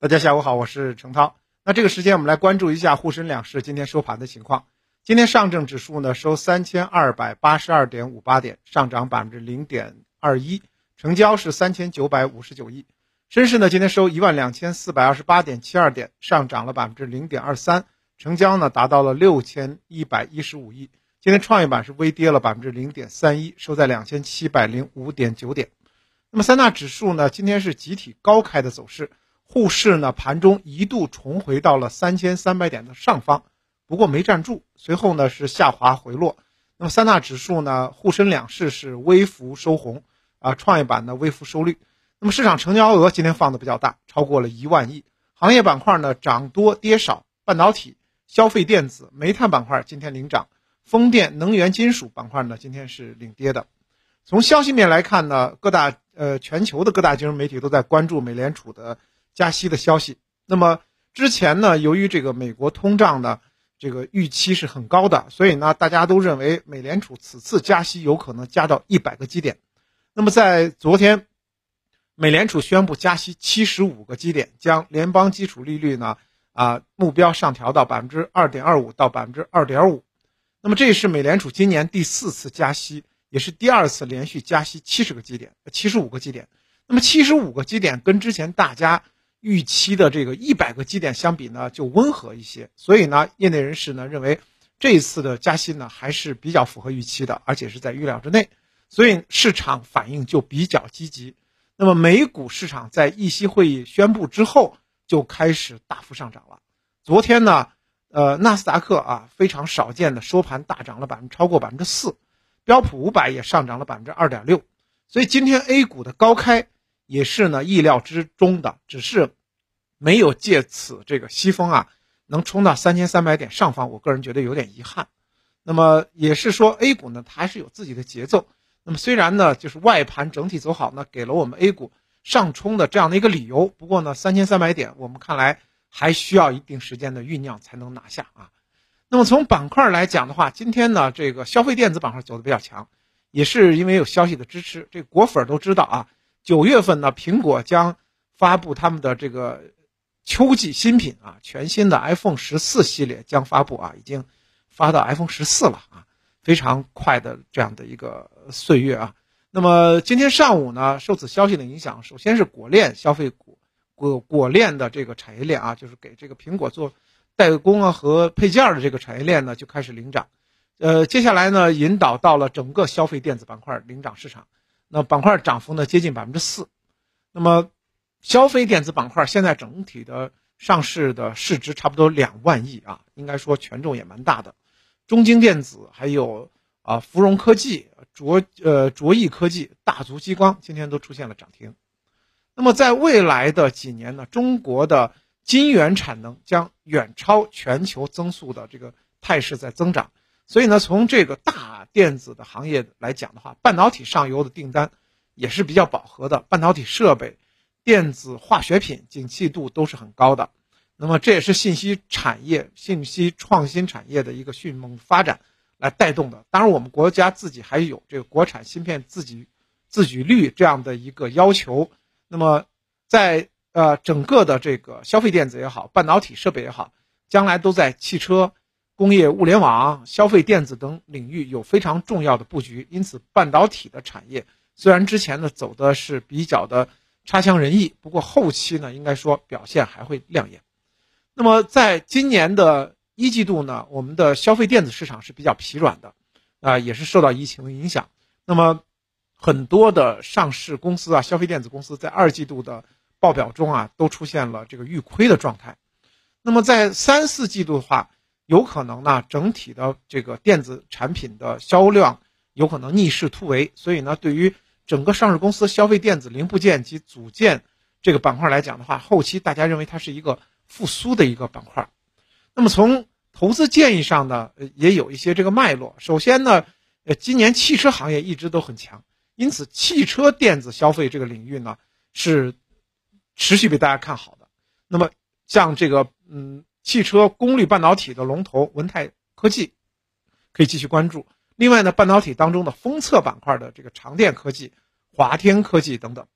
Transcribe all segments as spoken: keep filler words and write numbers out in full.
大家下午好，我是程涛。那这个时间我们来关注一下沪深两市今天收盘的情况。今天上证指数呢收三千二百八十二点五八点，上涨百分之零点二一，成交是三千九百五十九亿。深市呢今天收一万两千四百二十八点七二点，上涨了百分之零点二三，成交呢达到了六千一百一十五亿。今天创业板是微跌了百分之零点三一，收在两千七百零五点九点。那么三大指数呢今天是集体高开的走势。沪市呢盘中一度重回到了三千三百点的上方，不过没站住，随后呢是下滑回落。那么三大指数呢沪深两市是微幅收红啊，创业板呢微幅收绿。那么市场成交额今天放的比较大，超过了一万亿。行业板块呢涨多跌少，半导体、消费电子、煤炭板块今天领涨，风电、能源金属板块呢今天是领跌的。从消息面来看呢，各大呃全球的各大金融媒体都在关注美联储的加息的消息。那么之前呢，由于这个美国通胀呢这个预期是很高的，所以呢大家都认为美联储此次加息有可能加到一百个基点。那么在昨天，美联储宣布加息七十五个基点，将联邦基础利率呢啊目标上调到 百分之二点二五 到 百分之二点五。那么这是美联储今年第四次加息，也是第二次连续加息七十个基点七十五个基点。那么七十五个基点跟之前大家预期的这个一百个基点相比呢就温和一些，所以呢业内人士呢认为这一次的加息呢还是比较符合预期的，而且是在预料之内，所以市场反应就比较积极。那么美股市场在议息会议宣布之后就开始大幅上涨了。昨天呢呃纳斯达克啊非常少见的收盘大涨了百分超过 百分之四， 标普五百也上涨了 百分之二点六。 所以今天 A 股的高开也是呢意料之中的，只是没有借此这个西风啊能冲到三千三百点上方，我个人觉得有点遗憾。那么也是说 A 股呢它还是有自己的节奏。那么虽然呢就是外盘整体走好呢给了我们 A 股上冲的这样的一个理由，不过呢三千三百点我们看来还需要一定时间的酝酿才能拿下啊。那么从板块来讲的话，今天呢这个消费电子板块走得比较强，也是因为有消息的支持。这个果粉都知道啊，九月份呢苹果将发布他们的这个秋季新品啊，全新的 iPhone 十四 系列将发布啊，已经发到 iPhone 十四 了啊，非常快的这样的一个岁月啊。那么今天上午呢受此消息的影响，首先是果链消费股果果链的这个产业链啊，就是给这个苹果做代工啊和配件的这个产业链呢就开始领涨。呃，接下来呢引导到了整个消费电子板块领涨市场，那板块涨幅呢接近 百分之四。 那么消费电子板块现在整体的上市的市值差不多两万亿啊，应该说权重也蛮大的。中晶电子还有啊芙蓉科技、卓呃卓翼科技、大族激光今天都出现了涨停。那么在未来的几年呢，中国的晶圆产能将远超全球增速的这个态势在增长。所以呢从这个大电子的行业来讲的话，半导体上游的订单也是比较饱和的，半导体设备、电子化学品景气度都是很高的。那么这也是信息产业、信息创新产业的一个迅猛发展来带动的。当然我们国家自己还有这个国产芯片自己自给率这样的一个要求。那么在呃整个的这个消费电子也好，半导体设备也好，将来都在汽车、工业物联网、消费电子等领域有非常重要的布局。因此半导体的产业虽然之前呢走的是比较的差强人意，不过后期呢应该说表现还会亮眼。那么在今年的一季度呢，我们的消费电子市场是比较疲软的啊、呃，也是受到疫情的影响。那么很多的上市公司啊，消费电子公司在二季度的报表中啊都出现了这个预亏的状态。那么在三四季度的话，有可能呢整体的这个电子产品的销量有可能逆势突围，所以呢对于整个上市公司消费电子零部件及组件这个板块来讲的话，后期大家认为它是一个复苏的一个板块。那么从投资建议上呢也有一些这个脉络。首先呢呃今年汽车行业一直都很强，因此汽车电子消费这个领域呢是持续被大家看好的。那么像这个嗯汽车功率半导体的龙头文泰科技可以继续关注。另外呢半导体当中的封测板块的这个长电科技、华天科技等等。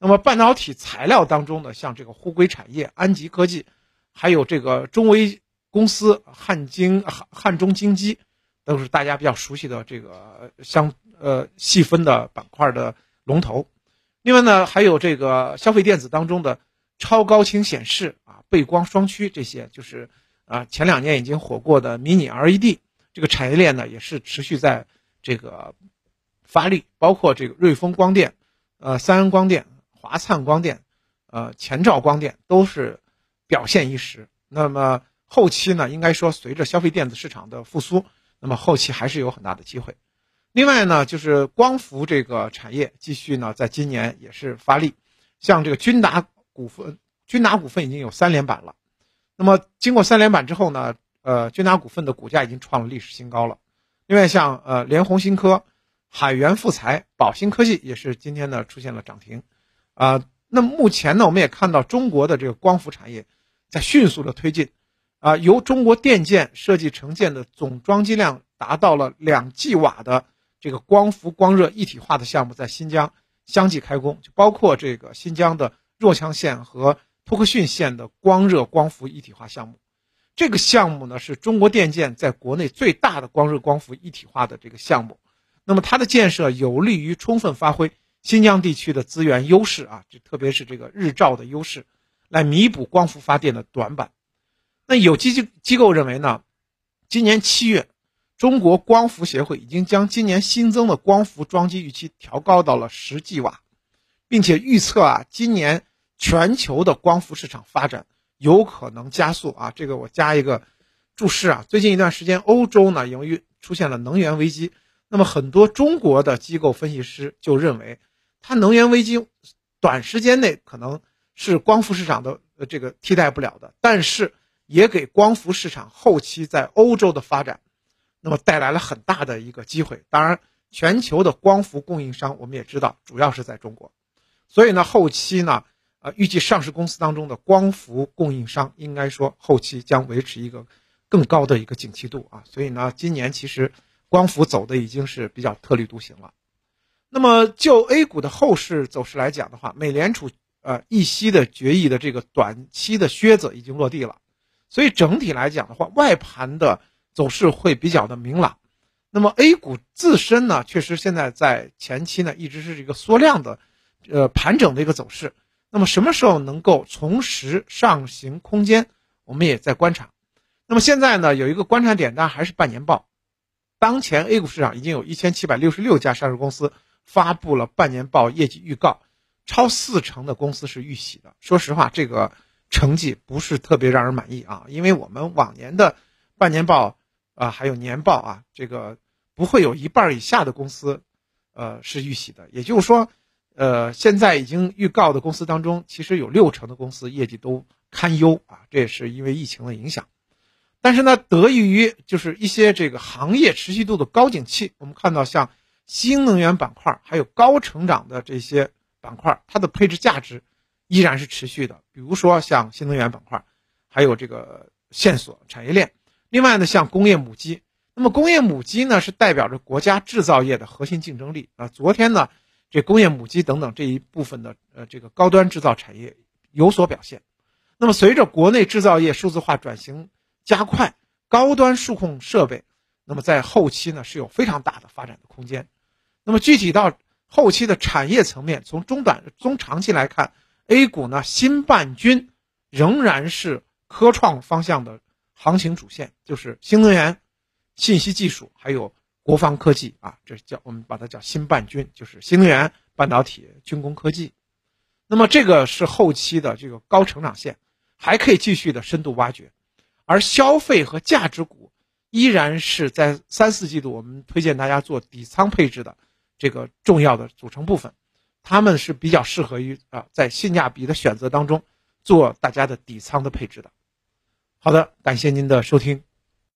那么半导体材料当中呢，像这个沪硅产业、安吉科技，还有这个中微公司汉京、汉汉中精机，都是大家比较熟悉的这个相呃细分的板块的龙头。另外呢，还有这个消费电子当中的超高清显示啊、背光双区，这些就是啊前两年已经火过的迷你 L E D， 这个产业链呢也是持续在这个发力，包括这个瑞丰光电、呃三安光电、华灿光电、呃前兆光电都是表现一时。那么后期呢，应该说随着消费电子市场的复苏，那么后期还是有很大的机会。另外呢，就是光伏这个产业继续呢，在今年也是发力，像这个君达股份，君达股份已经有三连板了。那么经过三连板之后呢，呃，君达股份的股价已经创了历史新高了。另外像呃联宏新科、海源富材、宝兴科技也是今天呢出现了涨停。啊、呃，那么目前呢，我们也看到中国的这个光伏产业在迅速的推进。啊、呃，由中国电建设计承建的总装机量达到了两 G 瓦的这个光伏光热一体化的项目在新疆相继开工，就包括这个新疆的若羌县和托克逊县的光热光伏一体化项目。这个项目呢，是中国电建在国内最大的光热光伏一体化的这个项目。那么它的建设有利于充分发挥新疆地区的资源优势啊，这特别是这个日照的优势，来弥补光伏发电的短板。那有机机构认为呢，今年七月，中国光伏协会已经将今年新增的光伏装机预期调高到了十 G 瓦，并且预测啊，今年全球的光伏市场发展有可能加速啊。这个我加一个注释啊，最近一段时间欧洲呢由于出现了能源危机，那么很多中国的机构分析师就认为，它能源危机短时间内可能是光伏市场的呃这个替代不了的，但是也给光伏市场后期在欧洲的发展那么带来了很大的一个机会。当然全球的光伏供应商我们也知道主要是在中国，所以呢后期呢呃预计上市公司当中的光伏供应商应该说后期将维持一个更高的一个景气度啊。所以呢今年其实光伏走的已经是比较特立独行了。那么就 A 股的后市走势来讲的话，美联储呃议息的决议的这个短期的靴子已经落地了，所以整体来讲的话，外盘的走势会比较的明朗。那么 A 股自身呢，确实现在在前期呢一直是一个缩量的呃盘整的一个走势。那么什么时候能够重拾上行空间，我们也在观察。那么现在呢有一个观察点，当然还是半年报。当前 A 股市场已经有一千七百六十六家上市公司发布了半年报业绩预告，超四成的公司是预喜的。说实话，这个成绩不是特别让人满意啊，因为我们往年的半年报啊、呃、还有年报啊，这个不会有一半以下的公司呃是预喜的。也就是说呃现在已经预告的公司当中，其实有六成的公司业绩都堪忧啊，这也是因为疫情的影响。但是呢，得益于就是一些这个行业持续度的高景气，我们看到像新能源板块还有高成长的这些板块，它的配置价值依然是持续的。比如说像新能源板块，还有这个线索产业链。另外呢，像工业母机，那么工业母机呢是代表着国家制造业的核心竞争力啊。昨天呢，这工业母机等等这一部分的呃这个高端制造产业有所表现。那么随着国内制造业数字化转型加快，高端数控设备那么在后期呢是有非常大的发展的空间。那么具体到后期的产业层面，从中短中长期来看， A 股呢新半军仍然是科创方向的行情主线，就是新能源、信息技术还有国防科技啊，这叫我们把它叫新半军，就是新能源、半导体、军工科技。那么这个是后期的这个高成长线，还可以继续的深度挖掘。而消费和价值股依然是在三四季度我们推荐大家做底仓配置的这个重要的组成部分，他们是比较适合于啊在性价比的选择当中做大家的底仓的配置的。好的，感谢您的收听。